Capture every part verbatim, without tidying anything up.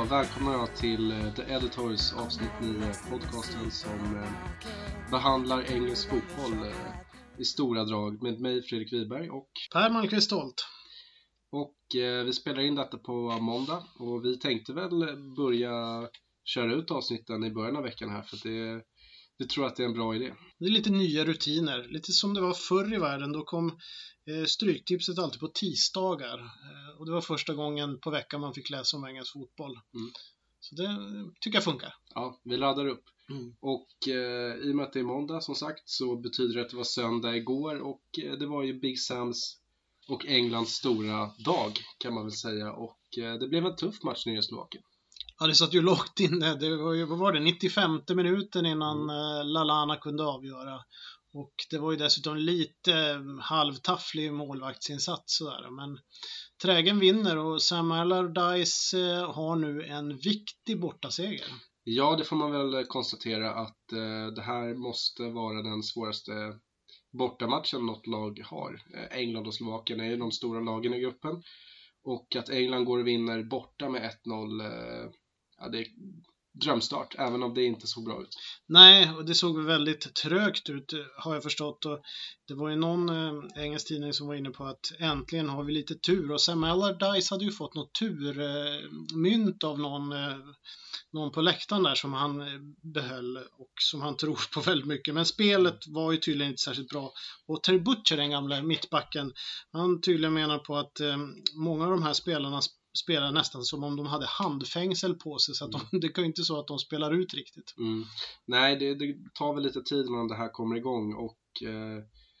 välkomnar jag till The Editors avsnitt nio, podcasten som eh, behandlar engelsk fotboll eh, i stora drag med mig Fredrik Wiberg och Per Malmqvist Stolt. Och eh, vi spelar in detta på måndag och vi tänkte väl börja köra ut avsnitten i början av veckan här för att det, vi tror att det är en bra idé. Det är lite nya rutiner, lite som det var förr i världen. Då kom eh, stryktipset alltid på tisdagar eh, och det var första gången på veckan man fick läsa om engelsk fotboll. Mm. Så det tycker jag funkar. Ja, vi laddar upp. Mm. Och eh, i och med att det är måndag som sagt så betyder det att det var söndag igår och eh, det var ju Big Sams och Englands stora dag kan man väl säga. Och eh, det blev en tuff match nere i Slovakien. Ja, det satt ju lågt inne. Det var ju, vad var det, nittiofemte minuten innan mm. eh, Lallana kunde avgöra. Och det var ju dessutom lite eh, halvtafflig målvaktsinsats sådär. Men trägen vinner och Sam Allardyce eh, har nu en viktig bortaseger. Ja, det får man väl konstatera att eh, det här måste vara den svåraste bortamatchen något lag har. Eh, England och Slovakien är ju de stora lagen i gruppen. Och att England går och vinner borta med ett noll, eh, ja, det är drömstart, även om det inte såg bra ut. Nej, och det såg väldigt trögt ut har jag förstått. Och det var ju någon eh, engelsk tidning som var inne på att äntligen har vi lite tur. Och Sam Allardyce hade ju fått något turmynt eh, av någon, eh, någon på läktaren där som han eh, behöll och som han tror på väldigt mycket. Men spelet var ju tydligen inte särskilt bra. Och Terry Butcher, den gamla mittbacken, han tydligen menar på att eh, många av de här spelarna spelar nästan som om de hade handfängsel på sig, så att de, det kan ju inte så att de spelar ut riktigt. Mm. Nej, det, det tar väl lite tid innan det här kommer igång och eh,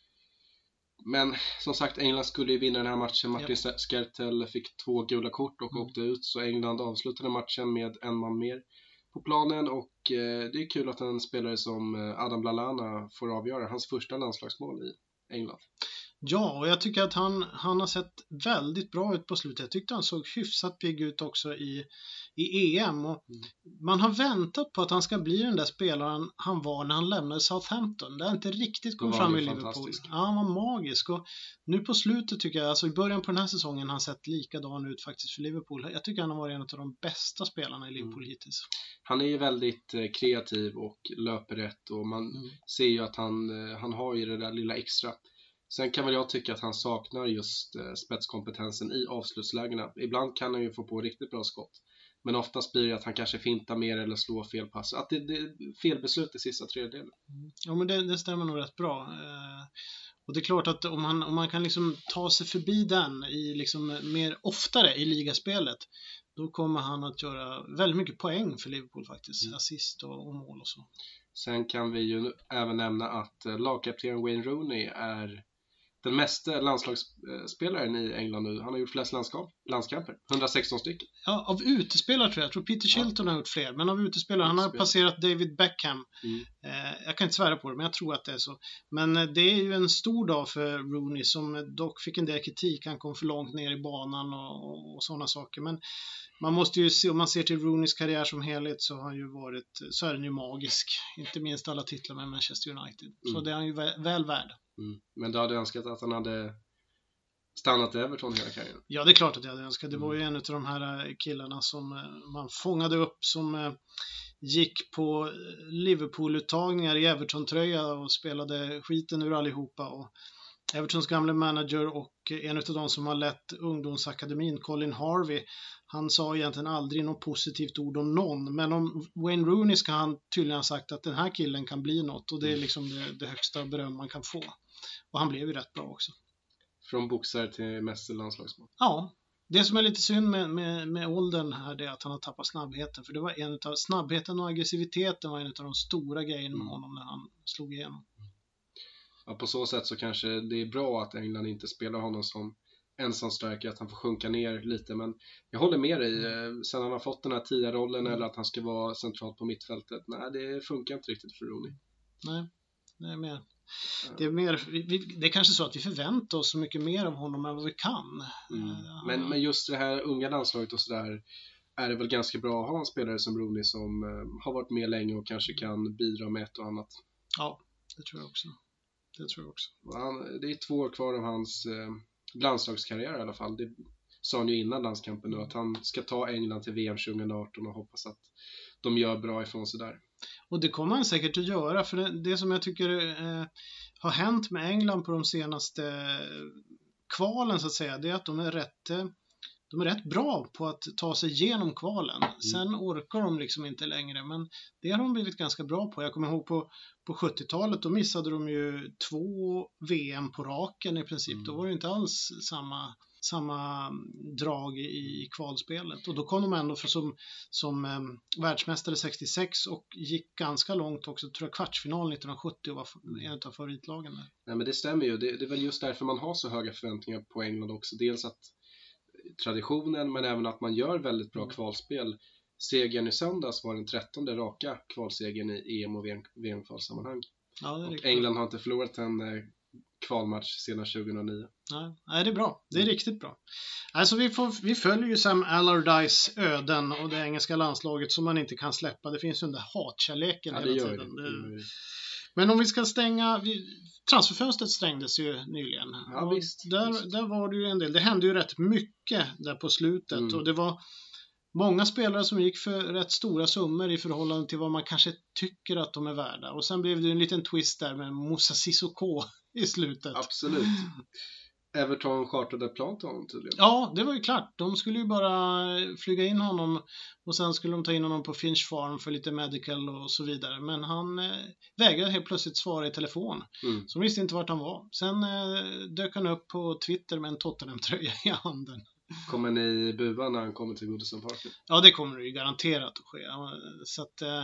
men som sagt, England skulle ju vinna den här matchen. Martin yep. Skrtel fick två gula kort och mm. åkte ut, så England avslutade matchen med en man mer på planen och eh, det är kul att en spelare som Adam Lallana får avgöra hans första landslagsmål i England. Ja, och jag tycker att han, han har sett väldigt bra ut på slutet. Jag tyckte han såg hyfsat pigg ut också i, i E M. Och mm. man har väntat på att han ska bli den där spelaren han var när han lämnade Southampton. Det har inte riktigt kommit fram i Liverpool. Ja, han var magisk. Och nu på slutet tycker jag, alltså i början på den här säsongen har han sett likadan ut faktiskt för Liverpool. Jag tycker han har varit en av de bästa spelarna i Liverpool mm. hittills. Han är ju väldigt eh, kreativ och löper rätt. Och man mm. ser ju att han, eh, han har ju det där lilla extra. Sen kan väl jag tycka att han saknar just eh, spetskompetensen i avslutslägena. Ibland kan han ju få på riktigt bra skott. Men oftast blir det att han kanske fintar mer eller slår fel pass. Att det, det är felbeslut i sista tredjedelen. Mm. Ja, men det, det stämmer nog rätt bra. Eh, och det är klart att om han, om man kan liksom ta sig förbi den i liksom mer oftare i ligaspelet, då kommer han att göra väldigt mycket poäng för Liverpool faktiskt. Mm. Assist och, och mål och så. Sen kan vi ju även nämna att eh, lagkapten Wayne Rooney är den mesta landslagsspelaren i England nu. Han har gjort flest landskamp, landskamper. hundrasexton stycken. Ja, av utespelare tror jag. Jag tror Peter Shilton ja. har gjort fler. Men av utespelare, han har passerat David Beckham. Mm. Eh, jag kan inte svära på det, men jag tror att det är så. Men eh, det är ju en stor dag för Rooney som dock fick en del kritik. Han kom för långt ner i banan och, och, och sådana saker. Men man måste ju se, om man ser till Rooneys karriär som helhet, så har han ju varit, så är den ju magisk. Inte minst alla titlar med Manchester United. Mm. Så det är han ju väl, väl värd. Mm. Men du hade önskat att han hade stannat i Everton hela karriären? Ja, det är klart att jag hade önskat. Det var ju en av de här killarna som man fångade upp som gick på Liverpool-uttagningar i Everton-tröja och spelade skiten ur allihopa. Och Evertons gamla manager och en av de som har lett ungdomsakademin, Colin Harvey, han sa egentligen aldrig något positivt ord om någon. Men om Wayne Rooney ska han tydligen ha sagt att den här killen kan bli något. Och det är liksom det, det högsta beröm man kan få. Och han blev ju rätt bra också. Från boxare till mest landslagsmål. Ja, det som är lite synd med, med, med åldern här är att han har tappat snabbheten. För det var en av snabbheten och aggressiviteten var en av de stora grejerna med honom när han slog igenom. Ja, på så sätt så kanske det är bra att England inte spelar honom som ensamstärkare, att han får sjunka ner lite. Men jag håller med dig, sen han har fått den här tia-rollen eller att han ska vara centralt på mittfältet. Nej, det funkar inte riktigt för Rooney. Nej, det är mer. Det är, mer, vi, det är kanske så att vi förväntar oss så mycket mer av honom än vad vi kan. Mm. Men, men just det här unga landslaget och sådär är det väl ganska bra att ha en spelare som Rooney som eh, har varit med länge och kanske kan bidra med ett och annat. Ja, det tror jag också. Det tror jag också. Han, det är två år kvar av hans eh, landslagskarriär i alla fall. Det sa han ju innan landskampen nu att han ska ta England till V M tjugo arton och hoppas att de gör bra ifrån sig där. Och det kommer han säkert att göra, för det, det som jag tycker eh, har hänt med England på de senaste kvalen så att säga, det är att de är rätt eh, de är rätt bra på att ta sig igenom kvalen. Mm. Sen orkar de liksom inte längre, men det har de blivit ganska bra på. Jag kommer ihåg på, på sjuttiotalet, då missade de ju två V M på raken i princip. Mm. Då var det inte alls samma, samma drag i, i kvalspelet. Och då kom de ändå för som, som eh, världsmästare sextiosex och gick ganska långt också, tror jag, kvartsfinal nittonhundrasjuttio och var en av favoritlagen där. Nej, men det stämmer ju. Det, det är väl just därför man har så höga förväntningar på England också. Dels att traditionen, men även att man gör väldigt bra kvalspel. Segern i söndags var den trettonde raka kvalsegern i E M och V M-kvalsammanhang. Ja, och England har inte förlorat en eh, kvalmatch sedan tjugohundranio. Nej, nej, det är bra. Det är mm. riktigt bra. Alltså vi, får, vi följer ju Sam Allardyce öden och det engelska landslaget som man inte kan släppa. Det finns ju den där hatkärleken ja, hela tiden. Det. Det... Men om vi ska stänga... Vi... Transferfönstret stängdes ju nyligen. Ja, visst, där, visst. där var det ju en del. Det hände ju rätt mycket där på slutet. Mm. Och det var många spelare som gick för rätt stora summor i förhållande till vad man kanske tycker att de är värda. Och sen blev det en liten twist där med Moussa Sissoko i slutet. Absolut. Everton chartrade plan till honom tydligen. Ja, det var ju klart. De skulle ju bara flyga in honom och sen skulle de ta in honom på Finch Farm för lite medical och så vidare. Men han eh, vägrade helt plötsligt svara i telefon. Mm. Så de visste inte vart han var. Sen eh, dök han upp på Twitter med en Tottenham-tröja i handen. Kommer ni bua när han kommer till Goodison Park? Ja, det kommer det ju garanterat att ske. Så att... Eh,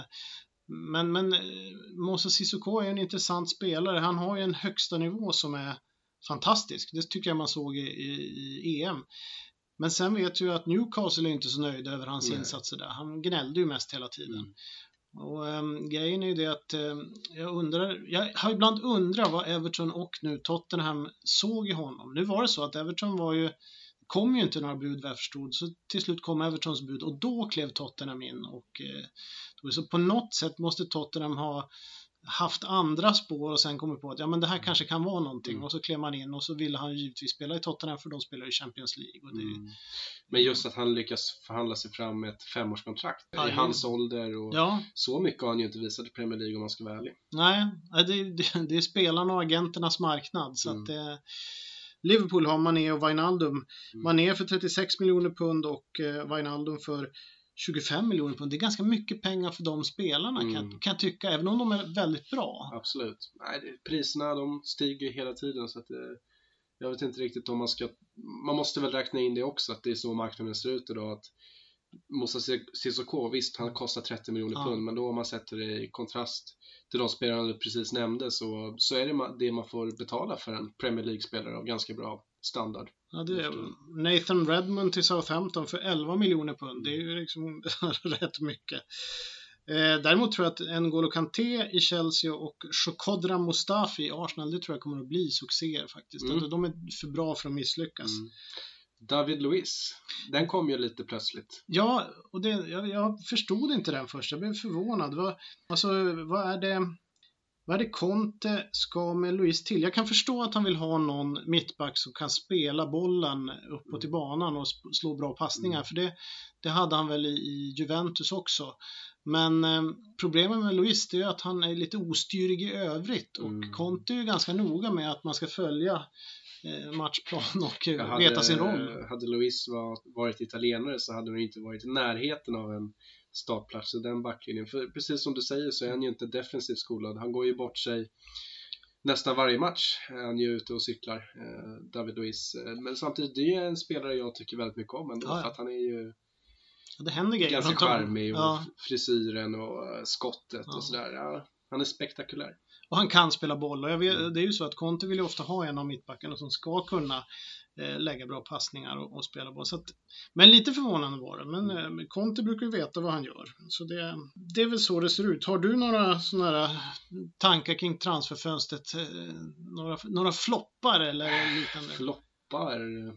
men, men Moussa Sissoko är en intressant spelare. Han har ju en högsta nivå som är fantastisk. Det tycker jag man såg i, i, i E M. Men sen vet ju att Newcastle är inte så nöjd över hans Nej. insatser där. Han gnällde ju mest hela tiden. Mm. Och um, grejen är ju det att um, jag undrar, jag har ibland undrat vad Everton och nu Tottenham såg i honom. Nu var det så att Everton var ju kom ju inte några bud vad jag förstod, så till slut kom Evertons bud och då klev Tottenham in och eh, då, så på något sätt måste Tottenham ha haft andra spår och sen kommit på att ja, men det här kanske kan vara någonting mm. och så klev man in och så ville han givetvis spela i Tottenham för de spelar i Champions League och det, mm. Men just att han lyckas förhandla sig fram med ett femårskontrakt ja, i hans ålder och ja. Så mycket har han ju inte visat i Premier League om man ska vara ärlig. Nej, det, det, det är spelarna och agenternas marknad så mm. att det, Liverpool har Mané och Wijnaldum. Mm. Mané för trettiosex miljoner pund och eh, Wijnaldum för tjugofem miljoner pund. Det är ganska mycket pengar för de spelarna mm. kan, kan jag tycka, även om de är väldigt bra. Absolut. Nej, det, priserna de stiger hela tiden så att det, jag vet inte riktigt om man ska, man måste väl räkna in det också att det är så marknaden ser ut idag att Moussa Sissoko, visst han kostar trettio miljoner ja. pund men då om man sätter det i kontrast till de spelarna du precis nämnde så, så är det det man får betala för en Premier League-spelare av ganska bra standard. Ja, det är Nathan Redmond till Southampton för elva miljoner pund. Det är ju liksom rätt mycket. Eh, däremot tror jag att N'Golo Kanté i Chelsea och Shkodra Mustafi i Arsenal, det tror jag kommer att bli succéer faktiskt. Mm. De är för bra för att misslyckas. Mm. David Luiz, den kom ju lite plötsligt. Ja, och det, jag, jag förstod inte den först. Jag blev förvånad. Vad, alltså, vad är det... Vad är det Conte ska med Luiz till? Jag kan förstå att han vill ha någon mittback som kan spela bollen uppåt i banan och slå bra passningar. Mm. För det, det hade han väl i, i Juventus också. Men eh, problemet med Luiz är att han är lite ostyrig i övrigt. Och mm. Conte är ju ganska noga med att man ska följa eh, matchplan och eh, hade, veta sin roll. Hade Luiz var, varit italienare så hade han inte varit i närheten av en startplats i den backlinjen. För precis som du säger så är han ju inte defensivt skolad. Han går ju bort sig nästan varje match. Han är ju ute och cyklar, eh, David Luiz. Men samtidigt, det är ju en spelare jag tycker väldigt mycket om ändå. Ja, ja. För att han är ju det händer grejer. Ganska charmig och ja. frisyren och skottet ja. och sådär. Ja, han är spektakulär. Och han kan spela boll. Och jag vet, mm. det är ju så att Conte vill ju ofta ha en av mittbackarna som ska kunna eh, lägga bra passningar och, och spela boll. Så att, men lite förvånande var det. Men eh, Conte brukar ju veta vad han gör. Så det, det är väl så det ser ut. Har du några sådana här tankar kring transferfönstret? Eh, några, några floppar eller liknande? Floppar?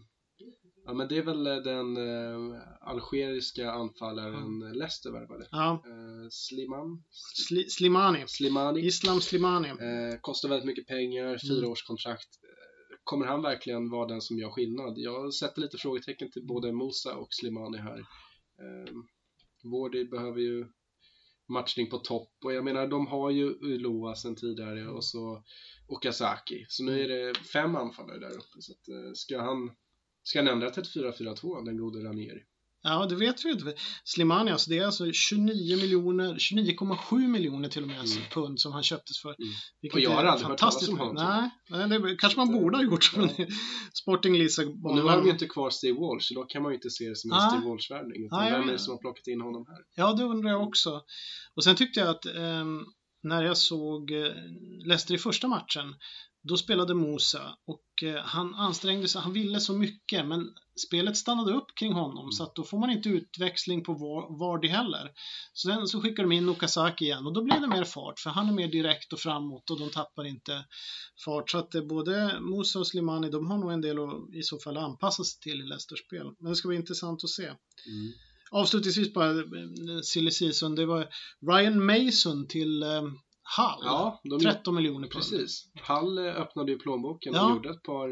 Ja, men det är väl den eh, algeriska anfallaren mm. Leicester värvade. Ja. Eh, Sliman? Sli, Slimani. Slimani. Islam Slimani. Eh, kostar väldigt mycket pengar, fyra mm. års kontrakt. kommer han verkligen vara den som gör skillnad? Jag sätter lite frågetecken till både Musa och Slimani här. Eh, Vardy behöver ju matchning på topp, och jag menar de har ju Uloa sen tidigare mm. och så Okazaki, så nu är det fem anfallare där uppe, så att, eh, ska han ska han ändra till ett fyra fyra två, den gode Ranieri? Ja, det vet vi inte. Slimani, alltså det är alltså tjugonio miljoner, tjugonio komma sju miljoner till och med mm. pund som han köptes för. Mm. Och jag har aldrig hört talas om honom. Nej, det kanske man borde ha gjort som ja. Sporting Lissabon. Och nu har de ju inte kvar Steve Walsh, så då kan man ju inte se det som en ah. Steve Walsh-värvning. Utan ah, vem är det som har plockat in honom här? Ja, det undrar jag också. Och sen tyckte jag att eh, när jag såg eh, Leicester i första matchen, då spelade Musa och eh, han ansträngde sig, han ville så mycket, men spelet stannade upp kring honom mm. så att då får man inte utväxling på Vardy heller. Så sen så skickar de in Okazaki igen och då blir det mer fart, för han är mer direkt och framåt och de tappar inte fart. Så att eh, både Musa och Slimani, de har nog en del att i så fall anpassa sig till i Leicesters spel. Men det ska bli intressant att se. Mm. Avslutningsvis bara silly season, det var Ryan Mason till eh, Hull, ja, de, tretton miljoner pund. Precis. Hull öppnade ju plånboken ja. och gjorde ett par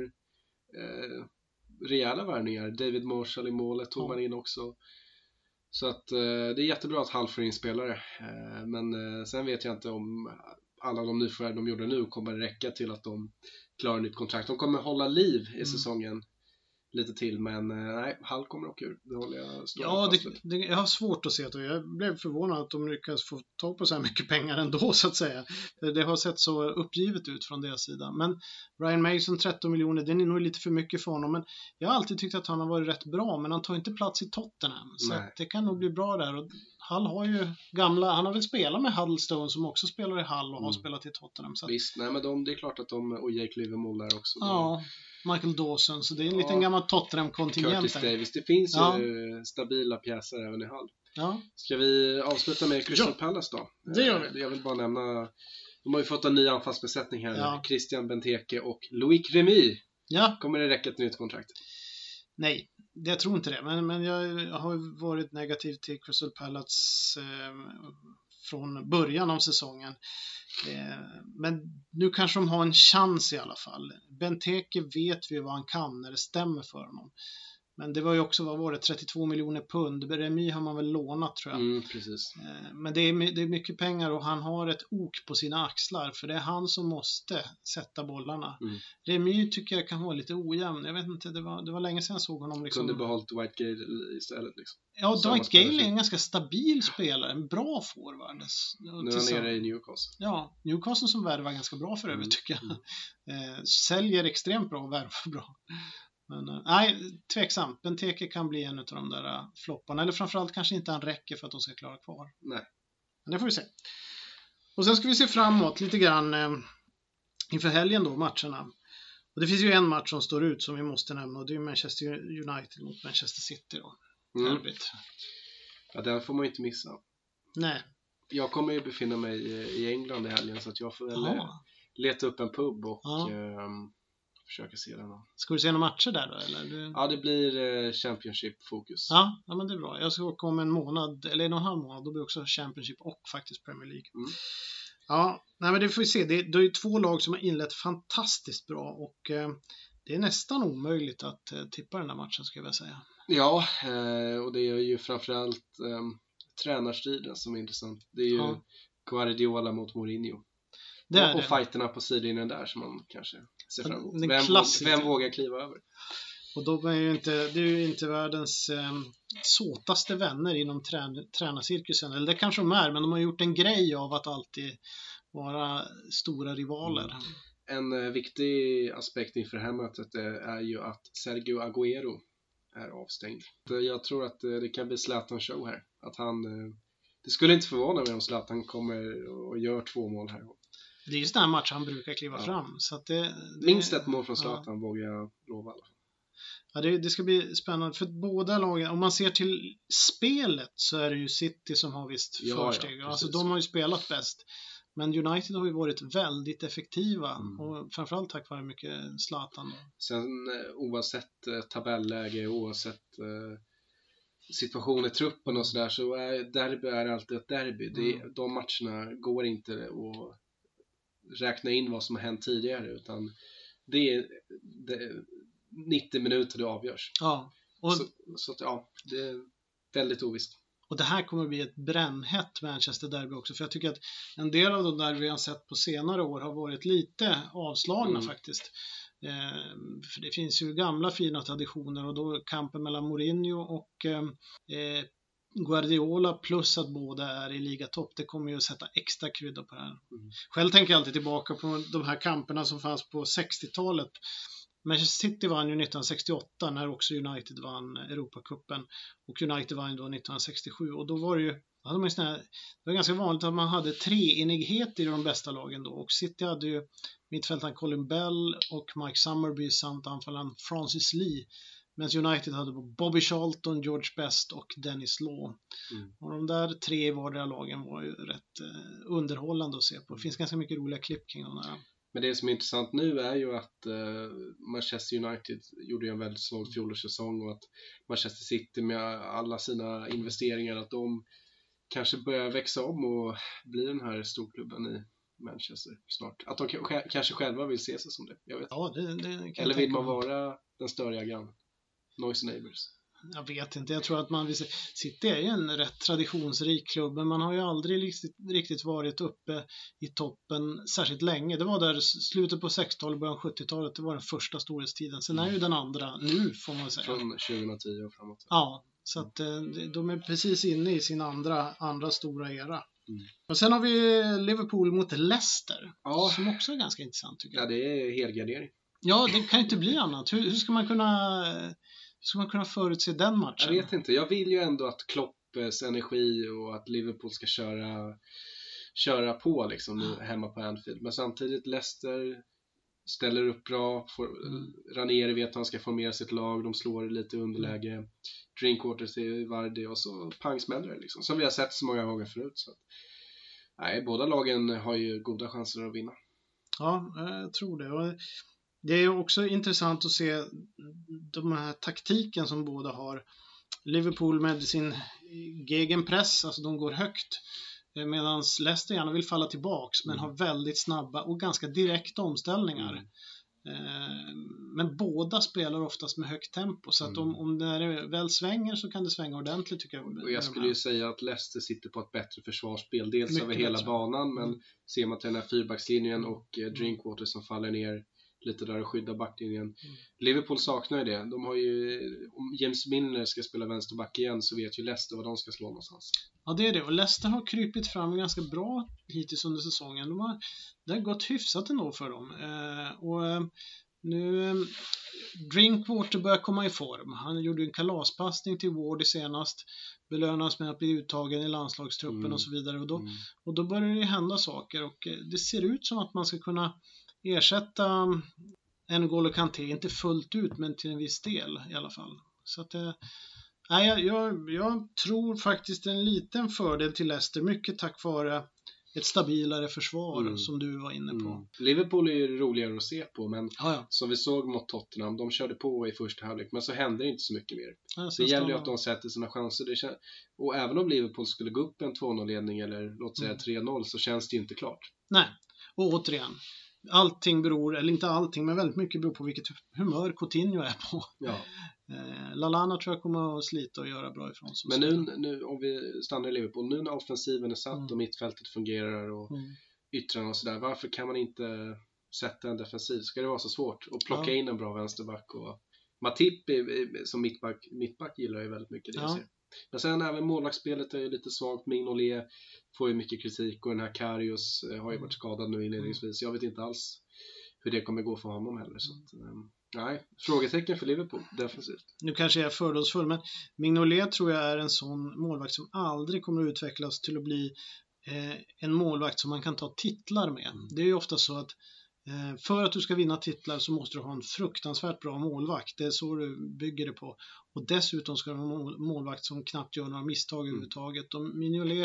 eh, rejäla värvningar. David Marshall i målet tog ja. man in också. Så att eh, det är jättebra att Hull får in spelare. Eh, men eh, sen vet jag inte om alla de nyförvärv de gjorde nu kommer räcka till att de klarar nytt kontrakt. De kommer hålla liv i mm. säsongen lite till, men nej, Hull kommer åka ur. Det håller jag stor Ja, det, det, jag har svårt att se det. Jag blev förvånad att de lyckas få tag på så här mycket pengar ändå, så att säga. Det har sett så uppgivet ut från deras sida. Men Ryan Mason, tretton miljoner, det är nog lite för mycket för honom. Men jag har alltid tyckt att han har varit rätt bra, men han tar inte plats i Tottenham. Så att det kan nog bli bra där. Och Hull har ju gamla, han har väl spelat med Huddlestone som också spelar i Hull och mm. har spelat i Tottenham. Så att... Visst, nej men de, det är klart att de, och Jake Livermore där också. Ja. Michael Dawson, så det är en ja, liten gammal Tottenham-kontingent. Curtis Davis, det finns ja. ju stabila pjäser även i Hull. Ja. Ska vi avsluta med Crystal ja. Palace då? Det gör vi. Jag vill bara nämna, de har ju fått en ny anfallsbesättning här. Ja. Christian Benteke och Loic Remy. Ja. Kommer det räcka ett nytt kontrakt? Nej, jag tror inte det. Men, men jag har varit negativ till Crystal Palace eh, från början av säsongen. Men nu kanske de har en chans i alla fall. Benteke vet vi vad han kan när det stämmer för honom. Men det var ju också, vad var det, trettiotvå miljoner pund. Remy har man väl lånat, tror jag. Mm, precis. Men det är, det är mycket pengar och han har ett ok på sina axlar. För det är han som måste sätta bollarna. Mm. Remy tycker jag kan vara lite ojämn. Jag vet inte, det var, det var länge sedan jag såg honom. Liksom... Kunde behållit Dwight Gale istället. Liksom. Ja, Dwight Gale är en ganska stabil spelare. En bra forward. Nu är han nere i Newcastle. Ja, Newcastle som värvar ganska bra för övrigt, tycker jag. Mm. Säljer extremt bra och värvar bra. Men, uh, nej, tveksamt. Benteke kan bli en av de där uh, flopparna. Eller framförallt kanske inte han räcker för att de ska klara kvar. Nej. Men det får vi se. Och sen ska vi se framåt lite grann uh, inför helgen då, matcherna. Och det finns ju en match som står ut som vi måste nämna. Och det är Manchester United mot Manchester City då. Mm. Ja, den får man ju inte missa. Nej. Jag kommer ju befinna mig i England i helgen, så att jag får väl ja. leta upp en pub och... Ja. Um, försöka se den då. Ska du se några matcher där då? Eller? Ja, det blir eh, Championship-fokus. Ja, ja, men det är bra. Jag ska åka om en månad, eller en och en halv månad, då blir också Championship och faktiskt Premier League. Mm. Ja, nej, men det får vi se. Det, det är ju två lag som har inlett fantastiskt bra och eh, det är nästan omöjligt att eh, tippa den här matchen, ska jag väl säga. Ja, eh, och det är ju framförallt eh, tränarstriden som är intressant. Det är ju ja. Guardiola mot Mourinho. Det är och, och fighterna på sidlinjen där som man kanske ser fram emot. Vem, vem vågar kliva över? Och de är ju inte, det är ju inte världens eh, såtaste vänner inom trän, tränarcirkusen. Eller det kanske de är, men de har gjort en grej av att alltid vara stora rivaler. Mm. En eh, viktig aspekt inför det här mötet eh, är ju att Sergio Agüero är avstängd. Jag tror att eh, det kan bli Zlatan show här. Att han, eh, det skulle inte förvåna mig om Zlatan kommer och gör två mål här. Det är just den här matchen han brukar kliva ja. fram. Så att det, det, minst ett mål från Zlatan, ja. vågar jag lova. Ja, det, det ska bli spännande. För båda lagen, om man ser till spelet så är det ju City som har visst ja, försteg. Ja, alltså de har ju spelat bäst. Men United har ju varit väldigt effektiva. Mm. Och framförallt tack vare mycket Zlatan. Då. Sen oavsett eh, tabelläge, oavsett eh, situation i truppen och sådär, så är derby är alltid ett derby. Mm. Det, de matcherna går inte att räkna in vad som har hänt tidigare, utan det är det, nittio minuter det avgörs. Ja. Och, så, så att, ja, det är väldigt ovisst. Och det här kommer bli ett brännhett Manchester derby också. För jag tycker att en del av de där vi har sett på senare år har varit lite avslagna mm. faktiskt. Eh, för det finns ju gamla fina traditioner och då kampen mellan Mourinho och eh, Guardiola plus att båda är i ligatopp, det kommer ju att sätta extra krydda på det här. Mm. Själv tänker jag alltid tillbaka på de här kamperna som fanns på sextiotalet. Manchester City vann ju nittonhundrasextioåtta när också United vann Europacupen och United vann då nittonhundrasextiosju och då var det ju hade man såna här, det var ganska vanligt att man hade treenighet i de bästa lagen då och City hade ju mittfältaren Colin Bell och Mike Summerby samt anfallaren Francis Lee, medan United hade Bobby Charlton, George Best och Dennis Law. Mm. Och de där tre i vardera lagen var ju rätt eh, underhållande att se på. Det finns ganska mycket roliga klipp kring de där. Men det som är intressant nu är ju att uh, Manchester United gjorde en väldigt svag fjolårssäsong och att Manchester City med alla sina investeringar att de kanske börjar växa om och bli den här storklubben i Manchester snart. Att de k- kanske själva vill se sig som det. Jag vet. Ja, det, det kan Eller vill man vara den störiga grannen? Noisy Neighbors. Jag vet inte, jag tror att man vill se. City är ju en rätt traditionsrik klubb, men man har ju aldrig riktigt, riktigt varit uppe i toppen särskilt länge. Det var där slutet på sextiotalet, början sjuttiotalet, det var den första storhetstiden. Sen är ju den andra nu, får man säga. Från tjugohundratio och framåt. Ja, så att de är precis inne i sin andra, andra stora era. Mm. Och sen har vi Liverpool mot Leicester, ja. Som också är ganska intressant tycker jag. Ja, det är helgardering. Ja, det kan inte bli annat. Hur, hur ska man kunna... Ska man kunna förutse den matchen? Jag vet inte. Jag vill ju ändå att Kloppes energi och att Liverpool ska köra köra på liksom nu hemma på Anfield. Men samtidigt Leicester ställer upp bra. Får, mm. Ranieri vet att han ska formera sitt lag. De slår lite underläge. Mm. Drinkwater till Vardy och så pangsmällare liksom. Som vi har sett så många gånger förut. Så. Nej, båda lagen har ju goda chanser att vinna. Ja, jag tror det. Och det är också intressant att se de här taktiken som båda har. Liverpool med sin gegenpress, alltså de går högt, medan Leicester gärna vill falla tillbaks men mm. har väldigt snabba och ganska direkta omställningar. Mm. Men båda spelar oftast med högt tempo, så att om, om det väl svänger så kan det svänga ordentligt tycker jag. Och jag skulle ju säga att Leicester sitter på ett bättre försvarsspel, dels mycket över hela bättre. Banan, men mm. ser man till den här fyrbackslinjen och Drinkwater som faller ner lite där och skydda backlinjen. Mm. Liverpool saknar ju det. De har ju, om James Milner ska spela vänsterback igen så vet ju Leicester vad de ska slå någonstans. Ja, det är det. Och Leicester har krypit fram ganska bra hittills under säsongen. De har, det har gått hyfsat ändå för dem. Eh, och eh, nu eh, Drinkwater börjar komma i form. Han gjorde en kalaspassning till Ward senast. Belönas med att bli uttagen i landslagstruppen mm. och så vidare. Och då, mm. och då börjar det hända saker. Och eh, det ser ut som att man ska kunna ersätta N'Golo Kanté, inte fullt ut men till en viss del i alla fall. Så att eh, nej, jag, jag, jag tror faktiskt en liten fördel till Leicester, mycket tack vare ett stabilare försvar mm. som du var inne på. Mm. Liverpool är ju roligare att se på, men ah, ja. som vi såg mot Tottenham, de körde på i första halvlek, men så hände det inte så mycket mer. Ja, det gäller ju att de sätter sina chanser. Det kän- och även om Liverpool skulle gå upp en två noll-ledning eller låt säga mm. tre noll så känns det ju inte klart. Nej, och återigen allting beror, eller inte allting, men väldigt mycket beror på vilket humör Coutinho är på. Ja. Eh, Lallana tror jag kommer att slita och göra bra ifrån sig. Men nu, nu, om vi stannar i Liverpool, nu när offensiven är satt mm. och mittfältet fungerar och mm. yttrarna och sådär, varför kan man inte sätta en defensiv? Ska det vara så svårt? Och plocka ja. in en bra vänsterback och Matip som mittback, mittback gillar ju väldigt mycket det ja. jag ser. Men sen även målvaktsspelet är ju lite svagt. Mignolet får ju mycket kritik och den här Karius har ju varit skadad nu inledningsvis. Jag vet inte alls hur det kommer gå för honom heller. Så att, um, nej, frågetecken för Liverpool, defensivt. Nu kanske jag är fördomsfull, men Mignolet tror jag är en sån målvakt som aldrig kommer att utvecklas till att bli eh, en målvakt som man kan ta titlar med. Mm. Det är ju ofta så att eh, för att du ska vinna titlar så måste du ha en fruktansvärt bra målvakt. Det är så du bygger det på. Och dessutom ska du ha en målvakt som knappt gör några misstag mm. överhuvudtaget. Och Mignolet,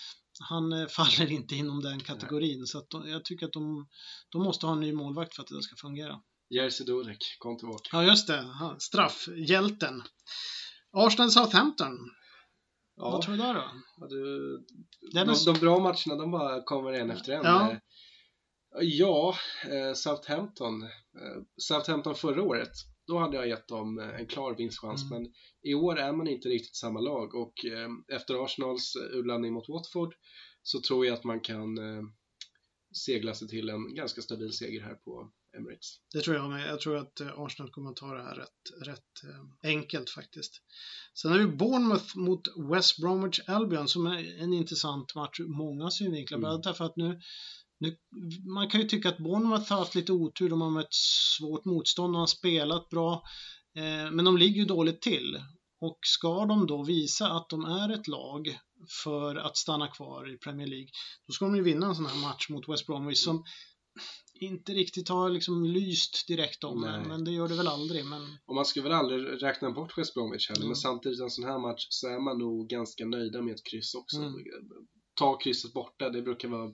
han faller inte inom den kategorin. Nej. Så att de, jag tycker att de, de måste ha en ny målvakt för att det ska fungera. Jerzy Dudek, kom tillbaka. Ja, just det. Straffhjälten. Arsenal Southampton. Ja. Vad tror du där då? Ja, du, de, de bra matcherna, de bara kommer en efter en. Ja. Ja, eh, Southampton. Eh, Southampton förra året, då hade jag gett dem en klar vinstchans. Mm. Men i år är man inte riktigt samma lag. Och eh, efter Arsenals urladdning mot Watford så tror jag att man kan eh, segla sig till en ganska stabil seger här på Emirates. Det tror jag med. Jag tror att Arsenal kommer att ta det här rätt, rätt eh, enkelt faktiskt. Sen har vi Bournemouth mot West Bromwich Albion som är en intressant match ur många synvinklar. Mm. Därför att nu, nu, man kan ju tycka att Bournemouth har haft lite otur. De har mött svårt motstånd och har spelat bra. Eh, men de ligger ju dåligt till. Och ska de då visa att de är ett lag för att stanna kvar i Premier League, då ska de ju vinna en sån här match mot West Bromwich som inte riktigt har liksom lyst direkt om det, men det gör det väl aldrig. Men... Och man ska väl aldrig räkna bort West Bromwich heller, mm. men samtidigt en sån här match så är man nog ganska nöjda med ett kryss också. Mm. Ta krysset borta, det brukar vara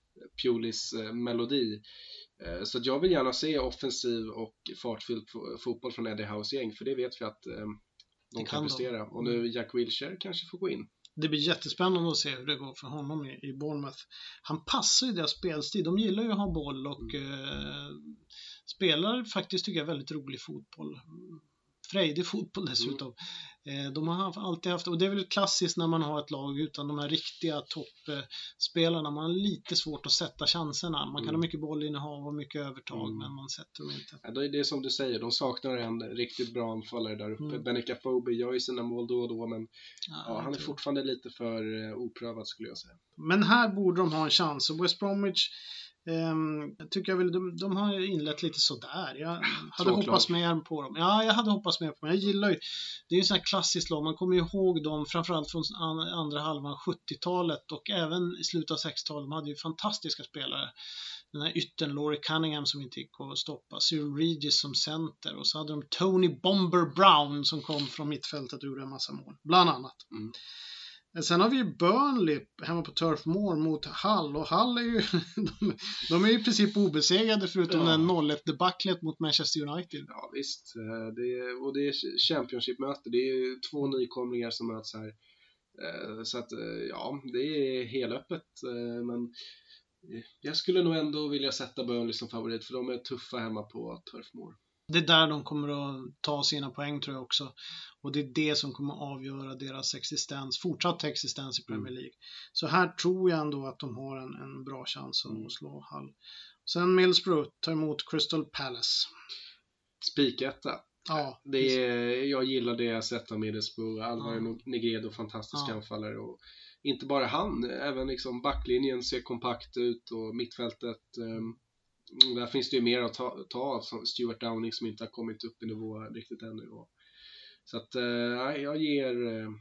Pulis eh, melodi. Eh, så jag vill gärna se offensiv och fartfylld fotboll från Eddie House-gäng, för det vet vi att eh, de kan, kan prestera. De. Och nu Jack Wilshere kanske får gå in. Det blir jättespännande att se hur det går för honom i, i Bournemouth. Han passar ju deras spelstil. De gillar ju att ha boll och mm. eh, spelar faktiskt, tycker jag, väldigt rolig fotboll. Frejdig fotboll dessutom. Mm. Eh, de har alltid haft, och det är väl klassiskt när man har ett lag utan de här riktiga toppspelarna. Man har lite svårt att sätta chanserna. Man kan mm. ha mycket bollinnehav och mycket övertag, mm. men man sätter dem inte. Ja, det är det som du säger, de saknar en riktigt bra anfallare där uppe. Mm. Benica Fobe gör ju sina mål då och då, men ja, ja, han är fortfarande lite för uh, oprövad skulle jag säga. Men här borde de ha en chans, och West Bromwich Um, tycker jag väl, de, de har inlett lite sådär. Jag hade hoppats mer på dem. Ja, jag hade hoppats mer på dem. Jag gillar ju, det är ju sån här klassiskt lag. Man kommer ju ihåg dem framförallt från andra halvan sjuttiotalet och även i slutet av sextiotalet. De hade ju fantastiska spelare. Den här yttern Laurie Cunningham som inte gick att stoppa, Cyril Regis som center, och så hade de Tony Bomber Brown som kom från mittfältet och gjorde en massa mål, bland annat. Mm. Sen har vi ju Burnley hemma på Turf Moor mot Hull, och Hull är ju de, de är ju i princip obesegrade förutom ja. den noll ett debaclet mot Manchester United. Ja visst, det är, och det är Championship-möte, det är två nykomlingar som möts här, så att ja, det är helöppet, men jag skulle nog ändå vilja sätta Burnley som favorit, för de är tuffa hemma på Turf Moor. Det är där de kommer att ta sina poäng, tror jag också. Och det är det som kommer att avgöra deras existens, fortsatt existens i Premier League. Mm. Så här tror jag ändå att de har en, en bra chans att mm. slå Hull. Sen Middlesbrough tar emot Crystal Palace. Spiketta. Ja, det är, jag gillar det jag sett av Middlesbrough. Alvaro ja. Negredo, fantastiska ja. anfallare. Och inte bara han, även liksom backlinjen ser kompakt ut och mittfältet... Um, där finns det ju mer att ta, ta av, som Stuart Downing som inte har kommit upp i nivå riktigt ännu. Så att eh, jag ger eh,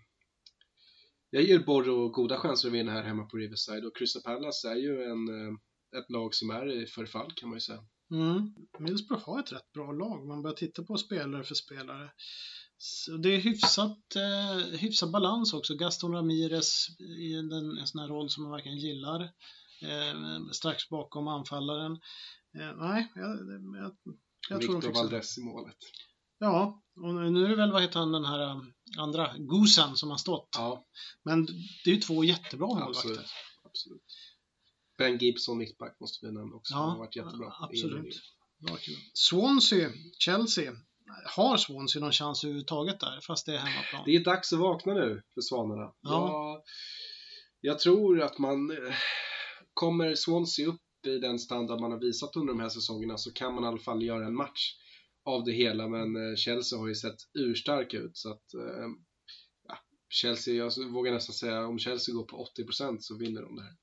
jag ger Borro goda chanser att vinna här hemma på Riverside, och Crystal Palace är ju en, eh, ett lag som är i förfall, kan man ju säga. Mm. Middlesbrough har ett rätt bra lag. Man börjar titta på spelare för spelare. Så det är hyfsat, eh, hyfsat balans också. Gaston Ramirez i en, en sån här roll som man verkligen gillar. Eh, strax bakom anfallaren. Eh, nej, jag, jag, jag tror de fixar Valdez i målet. Ja, och nu är det väl, vad heter han, den här andra Gusan som har stått. Ja. Men det är ju två jättebra målvakter. Absolut, absolut. Ben Gibson mittback måste vi nämna också. Ja, han har varit jättebra. Absolut. Swansea, Chelsea. Har Swansea någon chans överhuvudtaget där, fast det är hemmaplan? Det är dags att vakna nu för Svanerna. Ja. Jag, jag tror att man kommer Swansea upp i den standard man har visat under de här säsongerna, så kan man i alla fall göra en match av det hela. Men Chelsea har ju sett urstark ut, så att ja, Chelsea, jag vågar nästan säga, om Chelsea går på åttio procent så vinner de det här.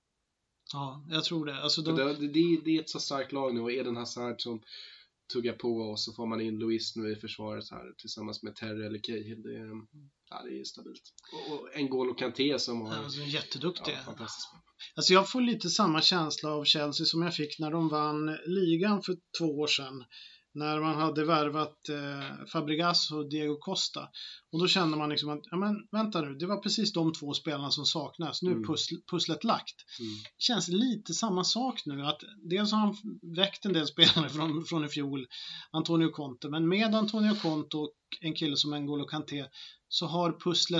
Ja, jag tror det. Alltså de... det, det, det är ett så starkt lag nu, och Eden Hazard som tuggar på, och så får man in Luis nu i försvaret här tillsammans med Terry eller Cahill. Det, ja, det är stabilt. Och, och N'Golo Kanté som har... Alltså, jätteduktig. Ja, fantastiskt. Alltså jag får lite samma känsla av Chelsea som jag fick när de vann ligan för två år sedan. När man hade värvat eh, Fabregas och Diego Costa. Och då kände man liksom att, ja men vänta nu, det var precis de två spelarna som saknas. Nu är mm. pussl- pusslet lagt. Mm. Det känns lite samma sak nu. Att dels har han väckt en del spelare från, från i fjol, Antonio Conte. Men med Antonio Conte och en kille som N'Golo Kanté så har pusslet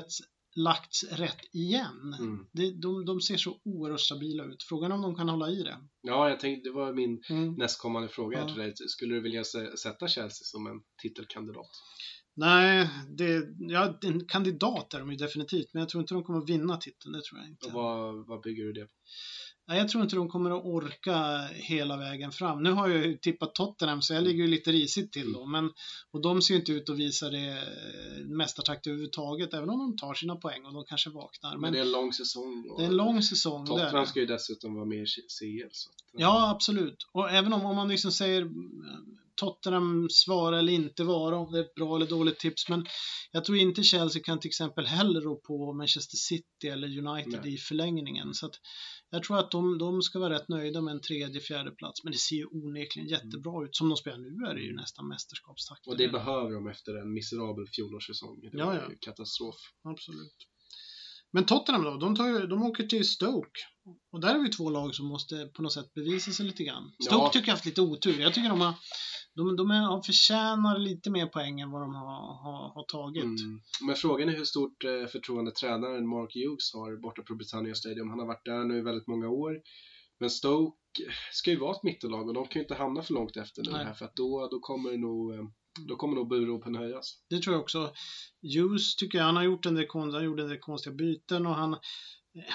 lagts rätt igen. Mm. Det, de, de ser så oerhört stabila ut. Frågan om de kan hålla i det. Ja, jag tänkte, det var min Mm. nästkommande fråga Ja. till dig. Skulle du vilja se, sätta Chelsea som en titelkandidat? Nej, det, ja, en kandidat är de ju definitivt, men jag tror inte de kommer att vinna titeln, det tror jag inte. Och vad, vad bygger du det på? Nej, jag tror inte de kommer att orka hela vägen fram. Nu har jag ju tippat Tottenham, så jag ligger ju lite risigt till då. Men, och de ser ju inte ut att visa det mästartakt överhuvudtaget, även om de tar sina poäng och de kanske vaknar. Men, Men det är en lång säsong. det är en lång säsong. Tottenham där. ska ju dessutom vara med i C L. Så att, Ja, absolut. Och även om, om man liksom säger Tottenham svara eller inte vara, om det är ett bra eller dåligt tips, men jag tror inte Chelsea kan till exempel heller rå på Manchester City eller United Nej. i förlängningen. Så att jag tror att de, de ska vara rätt nöjda med en tredje, fjärde plats, men det ser ju onekligen jättebra ut. Som de spelar nu är det ju nästan mästerskapstakt. Och det behöver de efter en miserabel fjolårssäsong. Det ja, är ja. ju katastrof. Absolut. Men Tottenham då, de, tar ju, de åker till Stoke. Och där är vi två lag som måste på något sätt bevisa sig lite grann. Stoke ja. tycker jag har haft lite otur. Jag tycker de har De, de är, förtjänar lite mer poäng än vad de har, har, har tagit. Mm. Men frågan är hur stort eh, förtroende tränaren Mark Hughes har borta på Britannia Stadium. Han har varit där nu i väldigt många år. Men Stoke ska ju vara ett mittellag och de kan ju inte hamna för långt efter nu här, för att då, då kommer nog eh, då kommer nog buropen höjas. Det tror jag också. Hughes tycker jag, han har gjort en del, han gjorde en del konstiga byten och han eh,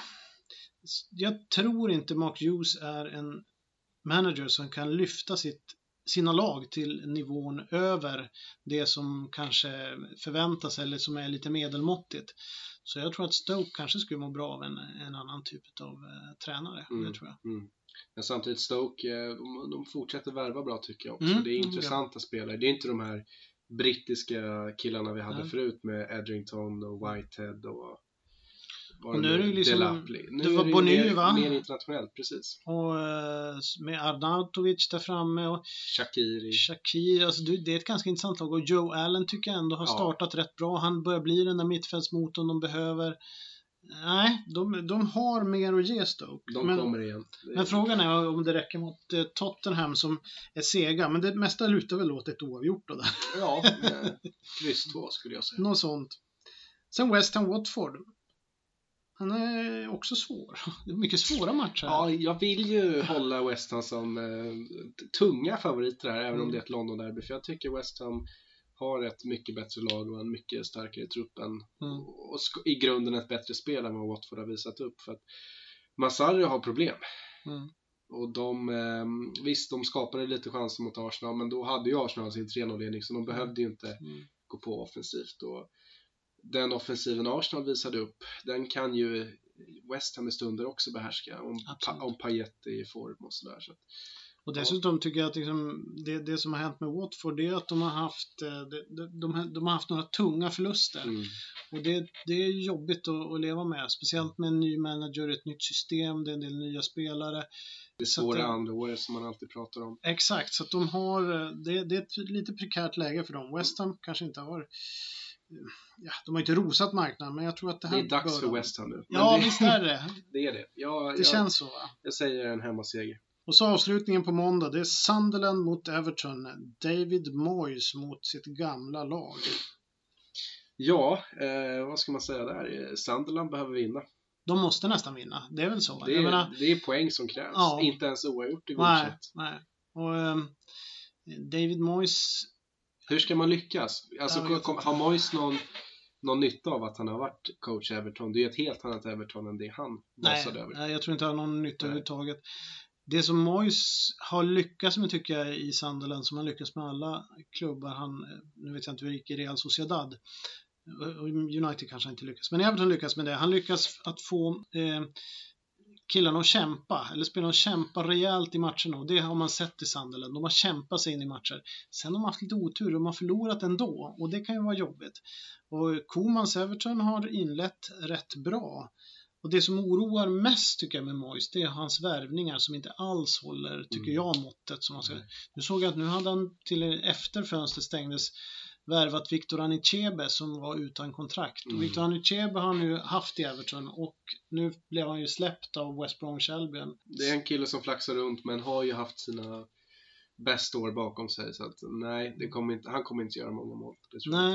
jag tror inte Mark Hughes är en manager som kan lyfta sitt sina lag till nivån över det som kanske förväntas eller som är lite medelmåttigt. Så jag tror att Stoke kanske skulle må bra av en, en annan typ av eh, tränare. Mm, det tror jag. Mm. Men samtidigt Stoke, de, de fortsätter värva bra tycker jag också. Mm, det är intressanta ja. spelare. Det är inte de här brittiska killarna vi hade Nej. förut med Edrington och Whitehead och Och nu är det ju liksom, nu det var är det Bonny, mer, va? mer internationellt, precis. Och uh, med Arnautovic där framme och Shaqiri. Shaqiri, alltså det är ett ganska intressant lag. Och Joe Allen tycker jag ändå har ja. startat rätt bra. Han börjar bli den där mittfältsmotorn de behöver. Nej, de, de har mer att ge Stoke. De men, kommer igen. Men frågan är om det räcker mot eh, Tottenham som är sega. Men det mesta lutar väl åt ett oavgjort då där. Ja, kryss två skulle jag säga. Något sånt. Sen West Ham Watford. Han är också svår. Det är mycket svåra matcher. Ja, jag vill ju hålla West Ham som eh, tunga favoriter här, även mm. om det är ett London-derby. För jag tycker West Ham har ett mycket bättre lag och en mycket starkare trupp än, mm. och, och i grunden ett bättre spel än vad Watford har visat upp. För att Massarri har problem. Mm. Och de, eh, visst, de skapade lite chanser mot Arsenal, men då hade ju Arsenal sin tre noll-ledning, så de mm. behövde ju inte mm. gå på offensivt. Och den offensiven Arsenal visade upp, den kan ju West Ham i stunder också behärska om, pa, om Payet är i form och sådär. Så. Och dessutom tycker jag att liksom, det, det som har hänt med Watford, det är att de har haft, de, de, de, de har haft några tunga förluster. Mm. Och det, det är jobbigt att, att leva med, speciellt med en ny manager, ett nytt system, det är en del nya spelare. Det är svåra det, andra året som man alltid pratar om. Exakt, så att de har, det, det är ett lite prekärt läge för dem. West Ham kanske inte har, ja, de har inte rosat marknaden, men jag tror att det här det är dags bör... för West Ham nu. Men ja, det, visst är det. Det är det. Jag, det jag, känns så, va? Jag säger en hemmaseger. Och så avslutningen på måndag, det är Sunderland mot Everton. David Moyes mot sitt gamla lag. Ja, eh, vad ska man säga där? Sunderland behöver vinna. De måste nästan vinna, det är väl så? Det är, menar, det är poäng som krävs, ja. Inte ens oavgjort i godkänt. Nej, nej. Och um, David Moyes... Hur ska man lyckas? Alltså, kom, har Moyes någon, någon nytta av att han har varit coach i Everton? Det är ett helt annat Everton än det han basade över. Nej, jag tror inte han har någon nytta överhuvudtaget. Det som Moyes har lyckats med, tycker jag, i Sunderland, som han lyckas med alla klubbar, han, nu vet jag inte hur det gick i Real Sociedad, United kanske inte lyckas, men Everton lyckas med det. Han lyckas att få eh, killarna att kämpa, eller spelarna att kämpa rejält i matcherna, och det har man sett i Sunderland. De har kämpat sig in i matcher. Sen har de haft lite otur, de har förlorat ändå, och det kan ju vara jobbigt. Och Komans Everton har inlett rätt bra. Och det som oroar mest, tycker jag, med Moyes, det är hans värvningar som inte alls håller, tycker jag, måttet som man ska. Nu såg jag att nu hade han till efter fönstret stängdes värvat Victor Anichebe som var utan kontrakt. Mm. Och Victor Anichebe har nu haft i Everton, och nu blev han ju släppt av West Bromwich Albion. Det är en kille som flaxar runt, men har ju haft sina bästa år bakom sig, så att nej, det kommer inte, han kommer inte göra många mål. Det tror nej, jag.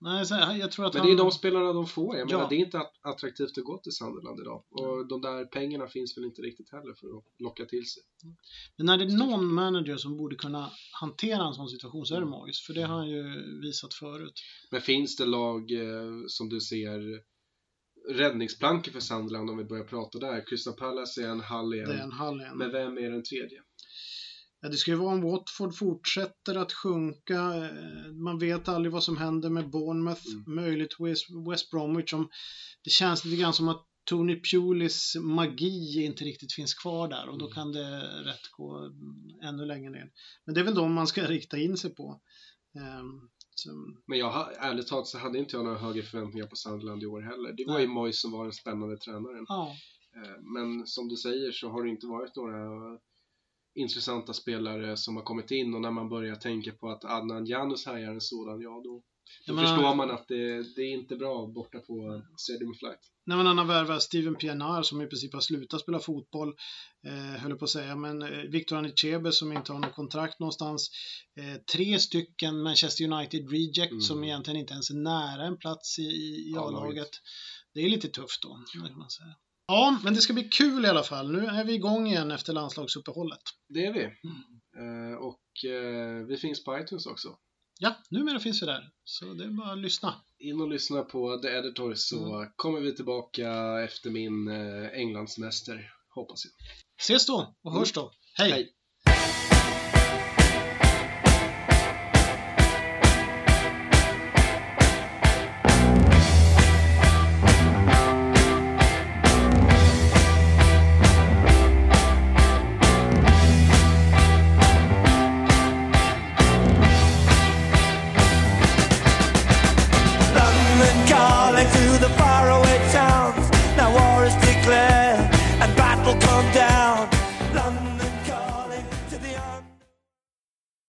Nej, så jag tror att Men han... det är de spelarna de får. Jag Ja. menar, det är inte attraktivt att gå till Sunderland idag. Och de där pengarna finns väl inte riktigt heller för att locka till sig. Men när det är någon manager som borde kunna hantera en sån situation så är det Moyes. För det har han ju visat förut. Men finns det lag eh, som du ser räddningsplankor för Sunderland om vi börjar prata där? Crystal Palace är en halv igen. Det är en halv igen. Men vem är den tredje? Ja, det ska ju vara om Watford fortsätter att sjunka. Man vet aldrig vad som händer med Bournemouth. Mm. Möjligt West, West Bromwich. Om, det känns lite grann som att Tony Pulis magi inte riktigt finns kvar där. Och då kan det rätt gå ännu längre ner. Men det är väl de man ska rikta in sig på. Um, som... Men jag har, ärligt talat så hade inte jag några högre förväntningar på Sunderland i år heller. Det var Nej. ju Moyes som var den spännande tränaren. Ja. Men som du säger så har det inte varit några intressanta spelare som har kommit in. Och när man börjar tänka på att Adnan Janus här är en sådan, ja då, då men, förstår man att det, det är inte bra borta på Stadium Flight. När man har värvat Steven Pienaar som i princip har slutat spela fotboll, eh, höll på att säga, men eh, Victor Anichebe som inte har något kontrakt någonstans, eh, tre stycken Manchester United reject mm. som egentligen inte ens är nära en plats i, i A-laget. Det är lite tufft då, kan man säga. Ja, men det ska bli kul i alla fall. Nu är vi igång igen efter landslagsuppehållet. Det är vi. Mm. Eh, och eh, vi finns på iTunes också. Ja, numera finns vi där. Så det är bara att lyssna. In och lyssna på The Editor så mm. kommer vi tillbaka efter min eh, Englandssemester, hoppas jag. Ses då och hörs då. Hej! Hej. To the faraway towns, now war is declared and battle come down. London